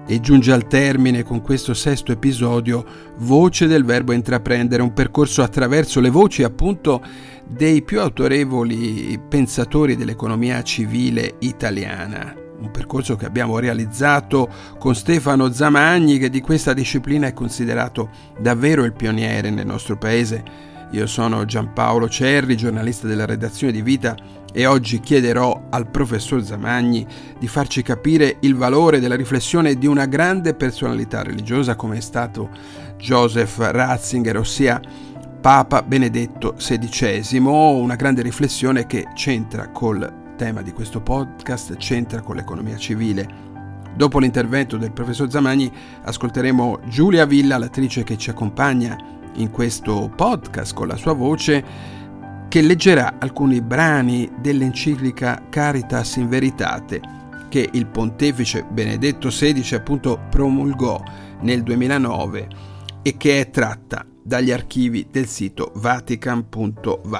E giunge al termine con questo sesto episodio Voce del verbo intraprendere, un percorso attraverso le voci appunto dei più autorevoli pensatori dell'economia civile italiana. Un percorso che abbiamo realizzato con Stefano Zamagni, che di questa disciplina è considerato davvero il pioniere nel nostro paese. Io sono Giampaolo Cerri, giornalista della redazione di Vita, e oggi chiederò al professor Zamagni di farci capire il valore della riflessione di una grande personalità religiosa come è stato Joseph Ratzinger, ossia Papa Benedetto XVI, una grande riflessione che c'entra col tema di questo podcast, c'entra con l'economia civile. Dopo l'intervento del professor Zamagni ascolteremo Giulia Villa, l'attrice che ci accompagna in questo podcast con la sua voce, che leggerà alcuni brani dell'enciclica Caritas in Veritate che il pontefice Benedetto XVI appunto promulgò nel 2009 e che è tratta dagli archivi del sito vatican.va.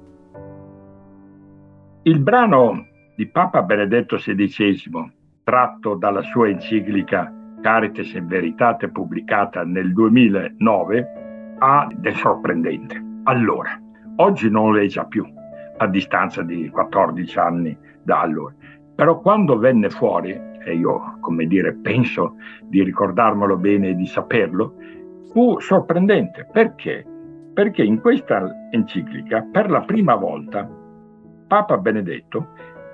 Il brano di Papa Benedetto XVI, tratto dalla sua enciclica Caritas in Veritate pubblicata nel 2009, ha del sorprendente. Allora, oggi non leggia più, a distanza di 14 anni da allora. Però quando venne fuori, e io, penso di ricordarmelo bene e di saperlo, fu sorprendente. Perché? Perché in questa enciclica, per la prima volta, Papa Benedetto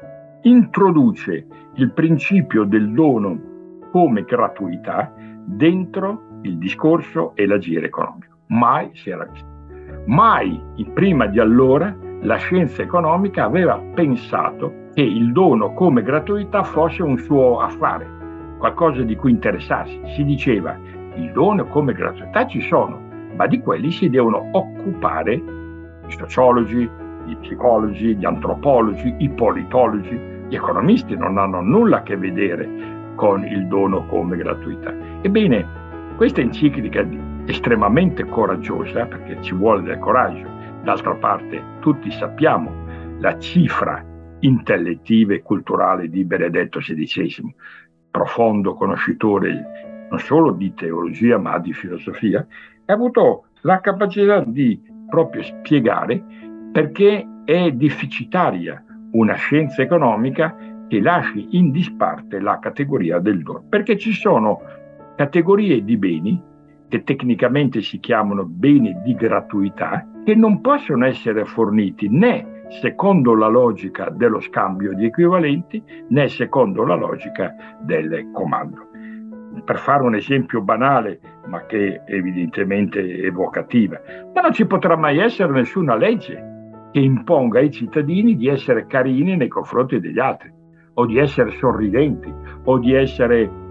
introduce il principio del dono come gratuità dentro il discorso e l'agire economico. Mai si era visto. Mai prima di allora la scienza economica aveva pensato che il dono come gratuità fosse un suo affare, qualcosa di cui interessarsi. Si diceva il dono come gratuità ci sono, ma di quelli si devono occupare i sociologi, i psicologi, gli antropologi, i politologi. Gli economisti non hanno nulla a che vedere con il dono come gratuità. Ebbene, questa enciclica estremamente coraggiosa, perché ci vuole del coraggio. D'altra parte, tutti sappiamo la cifra intellettiva e culturale di Benedetto XVI, profondo conoscitore non solo di teologia ma di filosofia, ha avuto la capacità di proprio spiegare perché è deficitaria una scienza economica che lasci in disparte la categoria del dono, perché ci sono categorie di beni che tecnicamente si chiamano beni di gratuità, che non possono essere forniti né secondo la logica dello scambio di equivalenti né secondo la logica del comando. Per fare un esempio banale, ma che è evidentemente evocativa, ma non ci potrà mai essere nessuna legge che imponga ai cittadini di essere carini nei confronti degli altri, o di essere sorridenti, o di essere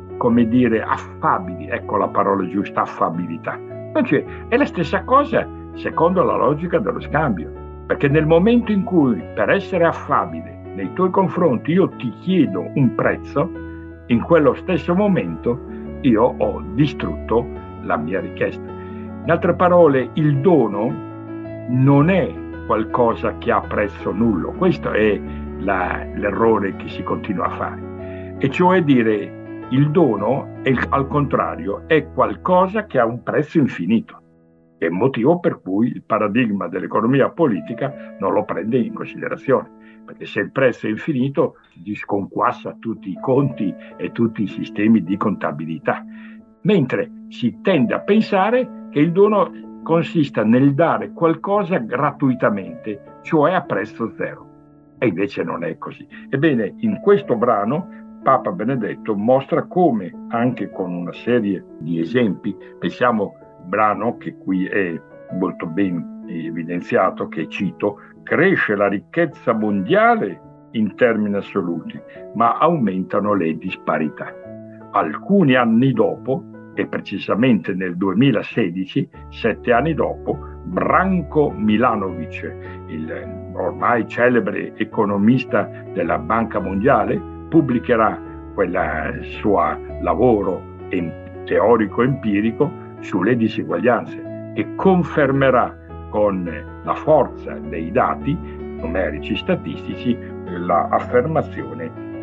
affabili, ecco la parola giusta, affabilità. È la stessa cosa secondo la logica dello scambio, perché nel momento in cui per essere affabile nei tuoi confronti io ti chiedo un prezzo, in quello stesso momento io ho distrutto la mia richiesta. In altre parole, il dono non è qualcosa che ha prezzo nullo, questo è l'errore che si continua a fare, e cioè dire il dono, al contrario, è qualcosa che ha un prezzo infinito. È il motivo per cui il paradigma dell'economia politica non lo prende in considerazione, perché se il prezzo è infinito si sconquassa tutti i conti e tutti i sistemi di contabilità, mentre si tende a pensare che il dono consista nel dare qualcosa gratuitamente, cioè a prezzo zero, e invece non è così. Ebbene, in questo brano Papa Benedetto mostra come, anche con una serie di esempi, pensiamo brano che qui è molto ben evidenziato, che cito, cresce la ricchezza mondiale in termini assoluti, ma aumentano le disparità. Alcuni anni dopo, e precisamente nel 2016, 7 anni dopo, Branko Milanovic, il ormai celebre economista della Banca Mondiale, pubblicherà quel suo lavoro teorico-empirico sulle diseguaglianze, che confermerà con la forza dei dati numerici statistici l'affermazione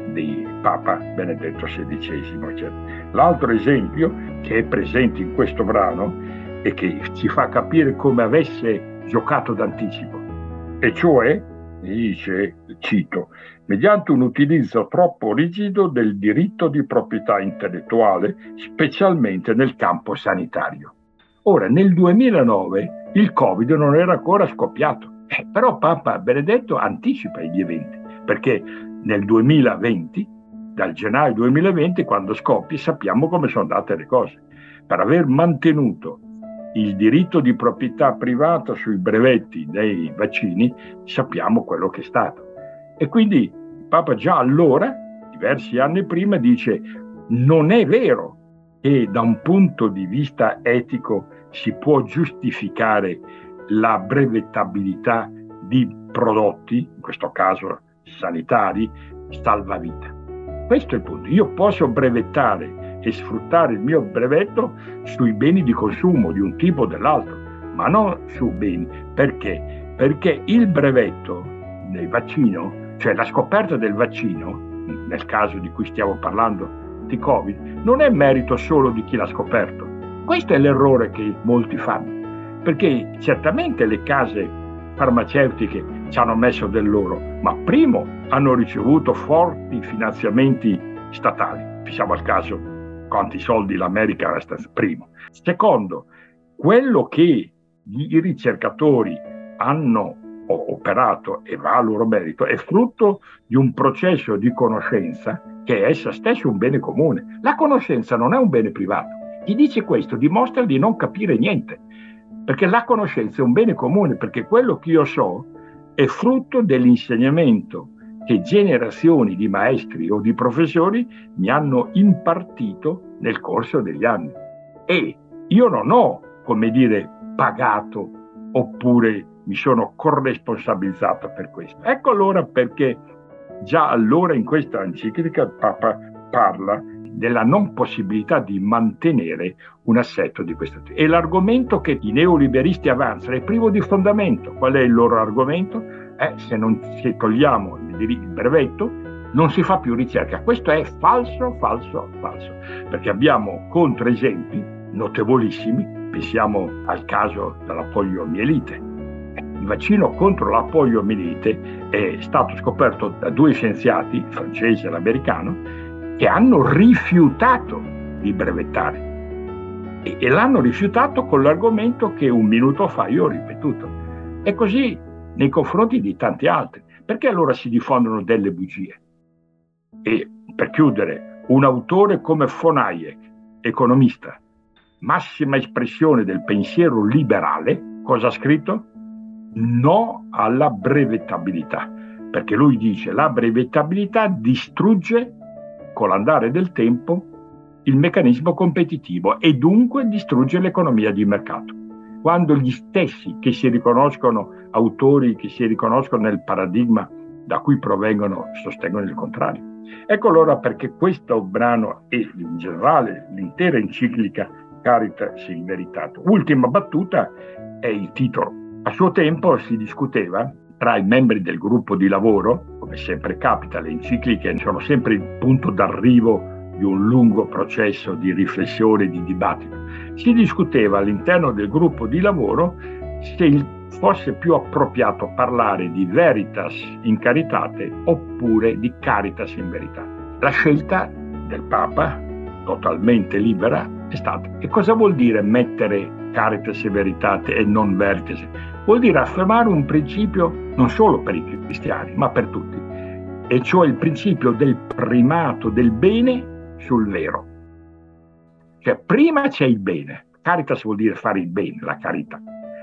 di Papa Benedetto XVI. Cioè, l'altro esempio che è presente in questo brano e che ci fa capire come avesse giocato d'anticipo, e cioè, dice, cito, mediante un utilizzo troppo rigido del diritto di proprietà intellettuale, specialmente nel campo sanitario. Ora, nel 2009 il Covid non era ancora scoppiato, però Papa Benedetto anticipa gli eventi, perché nel 2020, dal gennaio 2020, quando scoppia, sappiamo come sono andate le cose. Per aver mantenuto il diritto di proprietà privata sui brevetti dei vaccini, sappiamo quello che è stato. E quindi il Papa già allora, diversi anni prima, dice: non è vero che da un punto di vista etico si può giustificare la brevettabilità di prodotti, in questo caso sanitari, salvavita. Questo è il punto. Io posso brevettare e sfruttare il mio brevetto sui beni di consumo di un tipo o dell'altro, ma non su beni. Perché? Perché il brevetto del vaccino, cioè la scoperta del vaccino, nel caso di cui stiamo parlando di Covid, non è merito solo di chi l'ha scoperto. Questo è l'errore che molti fanno, perché certamente le case farmaceutiche ci hanno messo del loro, ma primo hanno ricevuto forti finanziamenti statali. Pensiamo al caso quanti soldi l'America resta primo. Secondo, quello che i ricercatori hanno operato, e va a loro merito, è frutto di un processo di conoscenza che è essa stessa un bene comune. La conoscenza non è un bene privato. Chi dice questo dimostra di non capire niente, perché la conoscenza è un bene comune, perché quello che io so è frutto dell'insegnamento che generazioni di maestri o di professori mi hanno impartito nel corso degli anni. E io non ho, come dire, pagato oppure mi sono corresponsabilizzato per questo. Ecco allora perché già allora in questa enciclica il Papa parla della non possibilità di mantenere un assetto di questo tipo. E l'argomento che i neoliberisti avanzano è privo di fondamento. Qual è il loro argomento? Se togliamo il brevetto non si fa più ricerca. Questo è falso, perché abbiamo controesempi notevolissimi. Pensiamo al caso della poliomielite. Il vaccino contro la poliomielite è stato scoperto da due scienziati, il francese e l'americano, che hanno rifiutato di brevettare e l'hanno rifiutato con l'argomento che un minuto fa io ho ripetuto. E così nei confronti di tanti altri. Perché allora si diffondono delle bugie? E per chiudere, un autore come von Hayek, economista, massima espressione del pensiero liberale, cosa ha scritto? No alla brevettabilità, perché lui dice la brevettabilità distrugge con l'andare del tempo il meccanismo competitivo e dunque distrugge l'economia di mercato. Quando gli stessi che si riconoscono autori, che si riconoscono nel paradigma da cui provengono, sostengono il contrario. Ecco allora perché questo brano e in generale l'intera enciclica Caritas in Veritate. Ultima battuta è il titolo. A suo tempo si discuteva tra i membri del gruppo di lavoro, come sempre capita, le encicliche sono sempre il punto d'arrivo di un lungo processo di riflessione, di dibattito. Si discuteva all'interno del gruppo di lavoro se fosse più appropriato parlare di Veritas in Caritate oppure di Caritas in Veritate. La scelta del Papa, totalmente libera, è stata. E cosa vuol dire mettere Caritas in Veritate e non Veritas? Vuol dire affermare un principio non solo per i cristiani, ma per tutti, e cioè il principio del primato del bene sul vero. Cioè prima c'è il bene, Caritas vuol dire fare il bene, la carità,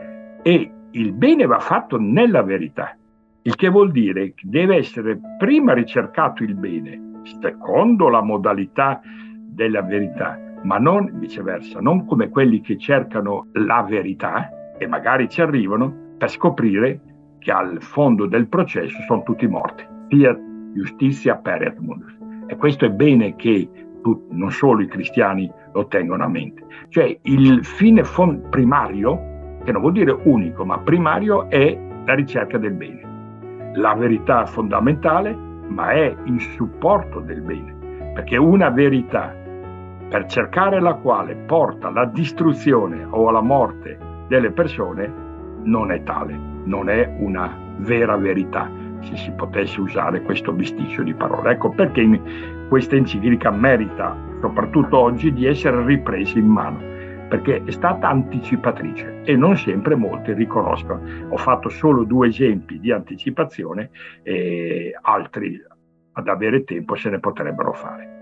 e il bene va fatto nella verità, il che vuol dire che deve essere prima ricercato il bene, secondo la modalità della verità, ma non viceversa, non come quelli che cercano la verità e magari ci arrivano per scoprire che al fondo del processo sono tutti morti. Fiat justitia pereat mundus. E questo è bene che non solo i cristiani lo tengono a mente. Cioè il fine primario, che non vuol dire unico, ma primario, è la ricerca del bene. La verità fondamentale, ma è in supporto del bene, perché una verità per cercare la quale porta alla distruzione o alla morte delle persone non è tale, non è una vera verità, se si potesse usare questo bisticcio di parole. Ecco perché questa enciclica merita, soprattutto oggi, di essere ripresa in mano, perché è stata anticipatrice e non sempre molti riconoscono. Ho fatto solo 2 esempi di anticipazione e altri, ad avere tempo, se ne potrebbero fare.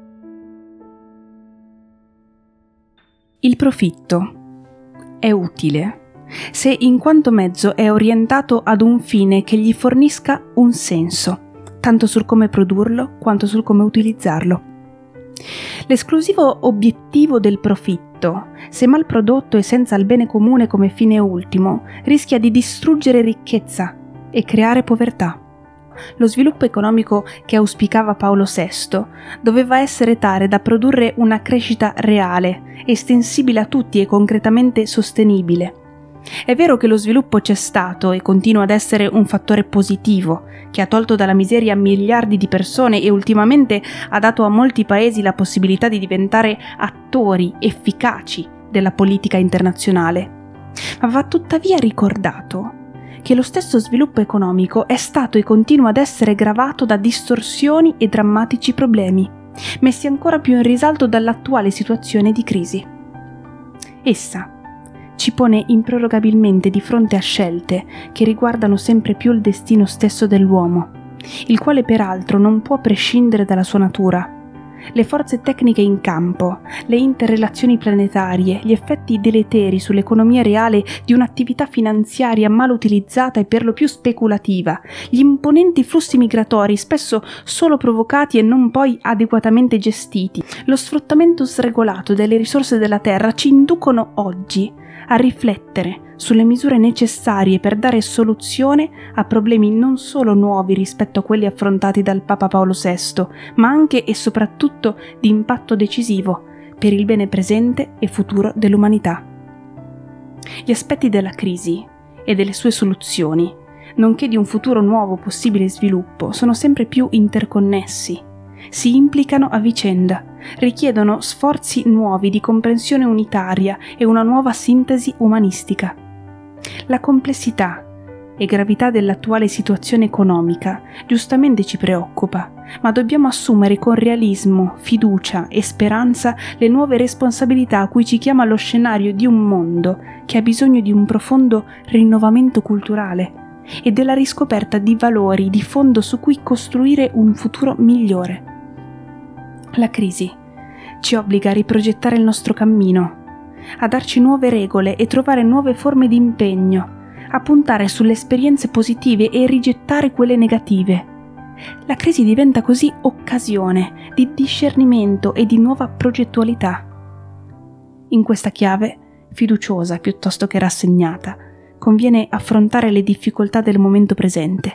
Il profitto è utile se in quanto mezzo è orientato ad un fine che gli fornisca un senso, tanto sul come produrlo quanto sul come utilizzarlo. L'esclusivo obiettivo del profitto, se mal prodotto e senza il bene comune come fine ultimo, rischia di distruggere ricchezza e creare povertà. Lo sviluppo economico che auspicava Paolo VI doveva essere tale da produrre una crescita reale, estensibile a tutti e concretamente sostenibile. È vero che lo sviluppo c'è stato e continua ad essere un fattore positivo, che ha tolto dalla miseria miliardi di persone e ultimamente ha dato a molti paesi la possibilità di diventare attori efficaci della politica internazionale. Ma va tuttavia ricordato che lo stesso sviluppo economico è stato e continua ad essere gravato da distorsioni e drammatici problemi, messi ancora più in risalto dall'attuale situazione di crisi. Essa ci pone improrogabilmente di fronte a scelte che riguardano sempre più il destino stesso dell'uomo, il quale peraltro non può prescindere dalla sua natura. Le forze tecniche in campo, le interrelazioni planetarie, gli effetti deleteri sull'economia reale di un'attività finanziaria mal utilizzata e per lo più speculativa, gli imponenti flussi migratori spesso solo provocati e non poi adeguatamente gestiti, lo sfruttamento sregolato delle risorse della terra ci inducono oggi a riflettere sulle misure necessarie per dare soluzione a problemi non solo nuovi rispetto a quelli affrontati dal Papa Paolo VI, ma anche e soprattutto di impatto decisivo per il bene presente e futuro dell'umanità. Gli aspetti della crisi e delle sue soluzioni, nonché di un futuro nuovo possibile sviluppo, sono sempre più interconnessi, si implicano a vicenda, richiedono sforzi nuovi di comprensione unitaria e una nuova sintesi umanistica. La complessità e gravità dell'attuale situazione economica giustamente ci preoccupa, ma dobbiamo assumere con realismo, fiducia e speranza le nuove responsabilità a cui ci chiama lo scenario di un mondo che ha bisogno di un profondo rinnovamento culturale e della riscoperta di valori di fondo su cui costruire un futuro migliore. La crisi ci obbliga a riprogettare il nostro cammino, a darci nuove regole e trovare nuove forme di impegno, a puntare sulle esperienze positive e rigettare quelle negative. La crisi diventa così occasione di discernimento e di nuova progettualità. In questa chiave, fiduciosa piuttosto che rassegnata, conviene affrontare le difficoltà del momento presente.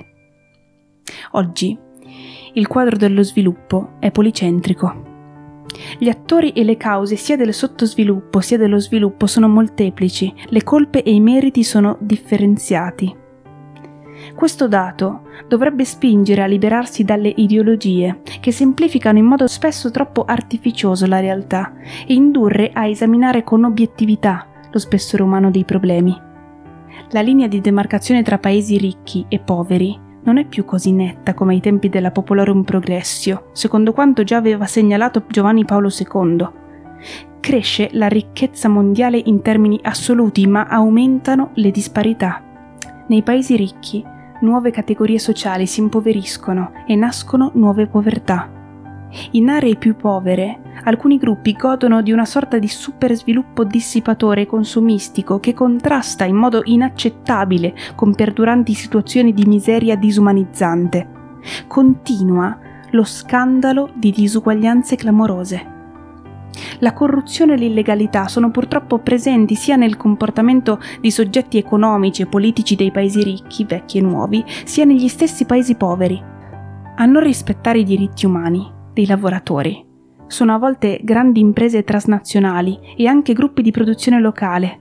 Oggi, il quadro dello sviluppo è policentrico. Gli attori e le cause sia del sottosviluppo sia dello sviluppo sono molteplici, le colpe e i meriti sono differenziati. Questo dato dovrebbe spingere a liberarsi dalle ideologie che semplificano in modo spesso troppo artificioso la realtà e indurre a esaminare con obiettività lo spessore umano dei problemi. La linea di demarcazione tra paesi ricchi e poveri non è più così netta come ai tempi della Popolorum Progressio, secondo quanto già aveva segnalato Giovanni Paolo II. Cresce la ricchezza mondiale in termini assoluti, ma aumentano le disparità. Nei paesi ricchi, nuove categorie sociali si impoveriscono e nascono nuove povertà. In aree più povere, alcuni gruppi godono di una sorta di supersviluppo dissipatore e consumistico che contrasta in modo inaccettabile con perduranti situazioni di miseria disumanizzante. Continua lo scandalo di disuguaglianze clamorose. La corruzione e l'illegalità sono purtroppo presenti sia nel comportamento di soggetti economici e politici dei paesi ricchi, vecchi e nuovi, sia negli stessi paesi poveri. A non rispettare i diritti umani dei lavoratori sono a volte grandi imprese transnazionali e anche gruppi di produzione locale.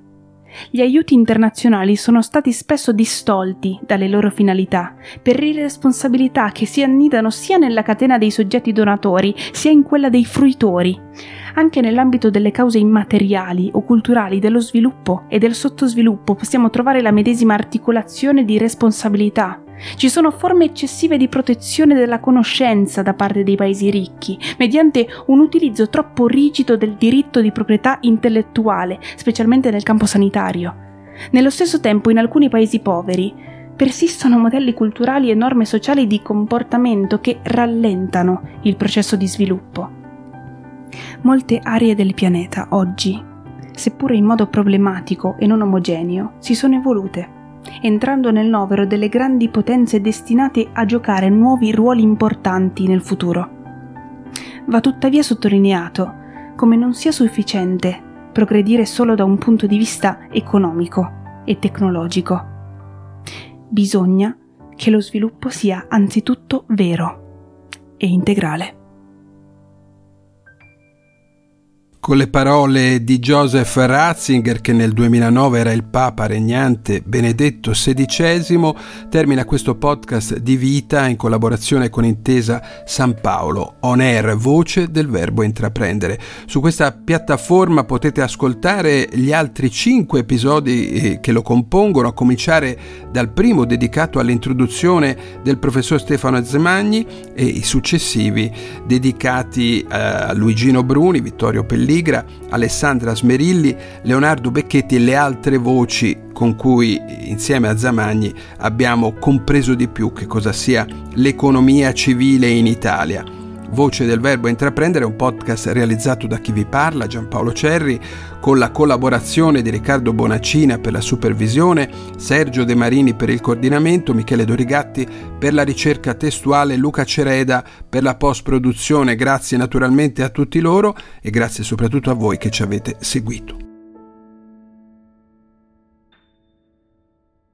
Gli aiuti internazionali sono stati spesso distolti dalle loro finalità per irresponsabilità che si annidano sia nella catena dei soggetti donatori sia in quella dei fruitori. Anche nell'ambito delle cause immateriali o culturali dello sviluppo e del sottosviluppo possiamo trovare la medesima articolazione di responsabilità. Ci sono forme eccessive di protezione della conoscenza da parte dei paesi ricchi, mediante un utilizzo troppo rigido del diritto di proprietà intellettuale, specialmente nel campo sanitario. Nello stesso tempo, in alcuni paesi poveri, persistono modelli culturali e norme sociali di comportamento che rallentano il processo di sviluppo. Molte aree del pianeta oggi, seppure in modo problematico e non omogeneo, si sono evolute, entrando nel novero delle grandi potenze destinate a giocare nuovi ruoli importanti nel futuro. Va tuttavia sottolineato come non sia sufficiente progredire solo da un punto di vista economico e tecnologico. Bisogna che lo sviluppo sia anzitutto vero e integrale. Con le parole di Joseph Ratzinger, che nel 2009 era il Papa regnante Benedetto XVI, termina questo podcast di vita in collaborazione con Intesa San Paolo, On Air, voce del verbo intraprendere. Su questa piattaforma potete ascoltare gli altri 5 episodi che lo compongono, a cominciare dal primo dedicato all'introduzione del professor Stefano Zamagni e i successivi dedicati a Luigino Bruni, Vittorio Pelligra, Alessandra Smerilli, Leonardo Becchetti e le altre voci con cui insieme a Zamagni abbiamo compreso di più che cosa sia l'economia civile in Italia. Voce del verbo intraprendere è un podcast realizzato da chi vi parla, Giampaolo Cerri, con la collaborazione di Riccardo Bonaccina per la supervisione, Sergio De Marini per il coordinamento, Michele Dorigatti per la ricerca testuale, Luca Cereda per la post-produzione. Grazie naturalmente a tutti loro e grazie soprattutto a voi che ci avete seguito.